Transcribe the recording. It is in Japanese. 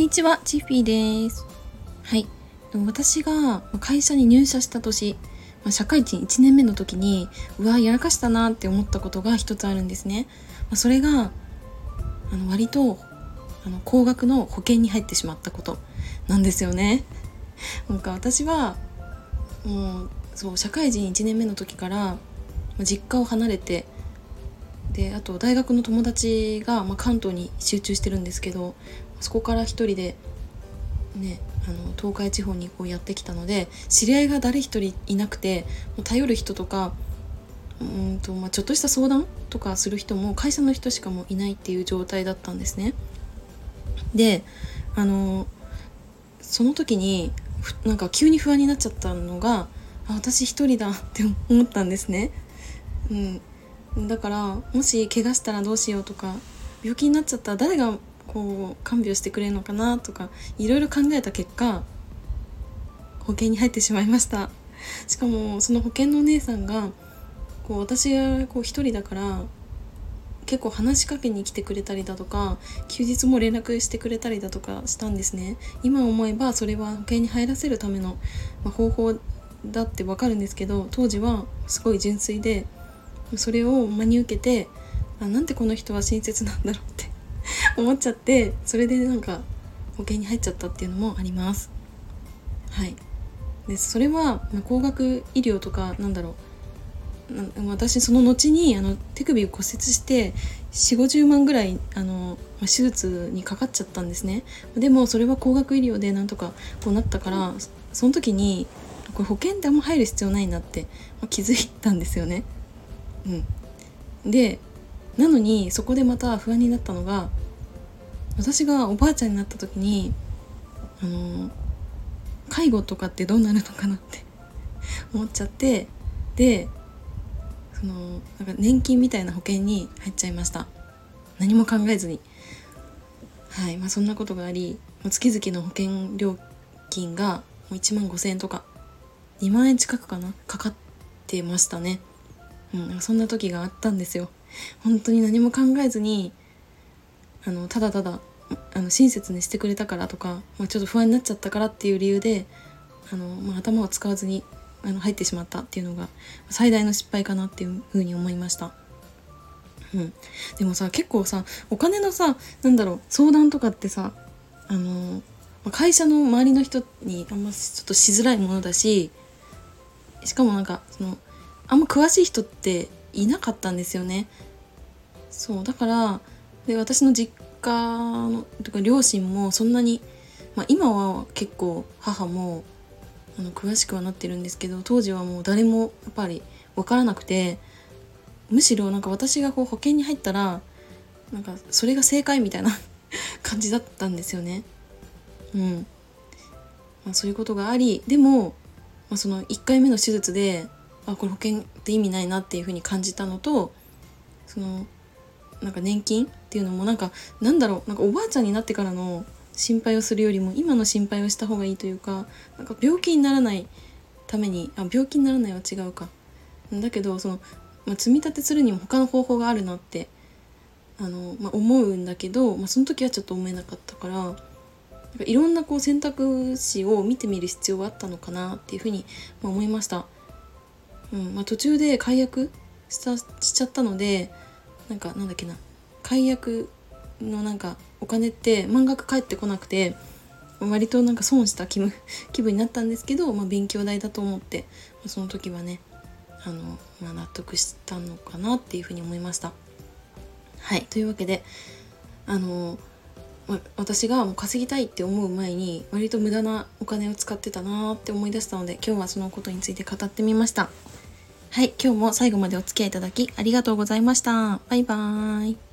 にちは、チッフィーです。はい。私が会社に入社した年、社会人1年目の時に、やらかしたなって思ったことが一つあるんですね。それが、割と、高額の保険に入ってしまったことなんですよね。私は、社会人1年目の時から、実家を離れて、であと大学の友達が、関東に集中してるんですけど、そこから一人でね、東海地方にこうやってきたので、知り合いが誰一人いなくて、もう頼る人とかちょっとした相談とかする人も会社の人しかもいないっていう状態だったんですね。でその時に急に不安になっちゃったのが、私一人だって思ったんですね。だからもし怪我したらどうしようとか、病気になっちゃったら誰がこう看病してくれるのかなとか、いろいろ考えた結果、保険に入ってしまいました。しかもその保険のお姉さんが私が一人だから結構話しかけに来てくれたりだとか、休日も連絡してくれたりだとかしたんですね。今思えばそれは保険に入らせるための、方法だってわかるんですけど、当時はすごい純粋で、それを真に受けて、なんてこの人は親切なんだろうって思っちゃって、それで保険に入っちゃったっていうのもあります。はい。でそれは高額医療とか私その後に手首を骨折して4、50万ぐらい手術にかかっちゃったんですね。でもそれは高額医療でなんとかこうなったから、その時にこれ保険ってあんま入る必要ないなって、気づいたんですよね。でなのにそこでまた不安になったのが、私がおばあちゃんになった時に介護とかってどうなるのかなって思っちゃって、で年金みたいな保険に入っちゃいました。何も考えずに。はい。そんなことがあり、月々の保険料金がもう1万5,000円とか2万円近くかかってましたね。そんな時があったんですよ。本当に何も考えずにただただ親切にしてくれたからとか、ちょっと不安になっちゃったからっていう理由で頭を使わずに入ってしまったっていうのが最大の失敗かなっていうふうに思いました。でもさ、結構さ、お金のさ、相談とかってさ、会社の周りの人にあんまちょっとしづらいものだし、しかもあんま詳しい人っていなかったんですよね。そうだからで、私の実家のとか両親もそんなに、今は結構母も詳しくはなってるんですけど、当時はもう誰もやっぱり分からなくて、むしろ私が保険に入ったらそれが正解みたいな感じだったんですよね。そういうことがあり、でも、その1回目の手術でこれ保険って意味ないなっていうふうに感じたのと、年金っていうのもおばあちゃんになってからの心配をするよりも今の心配をした方がいいというか、病気にならないために病気にならないは違うか、だけど積み立てするにも他の方法があるなって思うんだけど、その時はちょっと思えなかったから、いろんな選択肢を見てみる必要はあったのかなっていうふうに思いました。途中で解約しちゃったので、解約のお金って満額返ってこなくて、割と損した気分になったんですけど、勉強代だと思って、その時はね納得したのかなっていうふうに思いました。はい。というわけで私がもう稼ぎたいって思う前に割と無駄なお金を使ってたなって思い出したので、今日はそのことについて語ってみました。はい。今日も最後までお付き合いいただきありがとうございました。バイバーイ。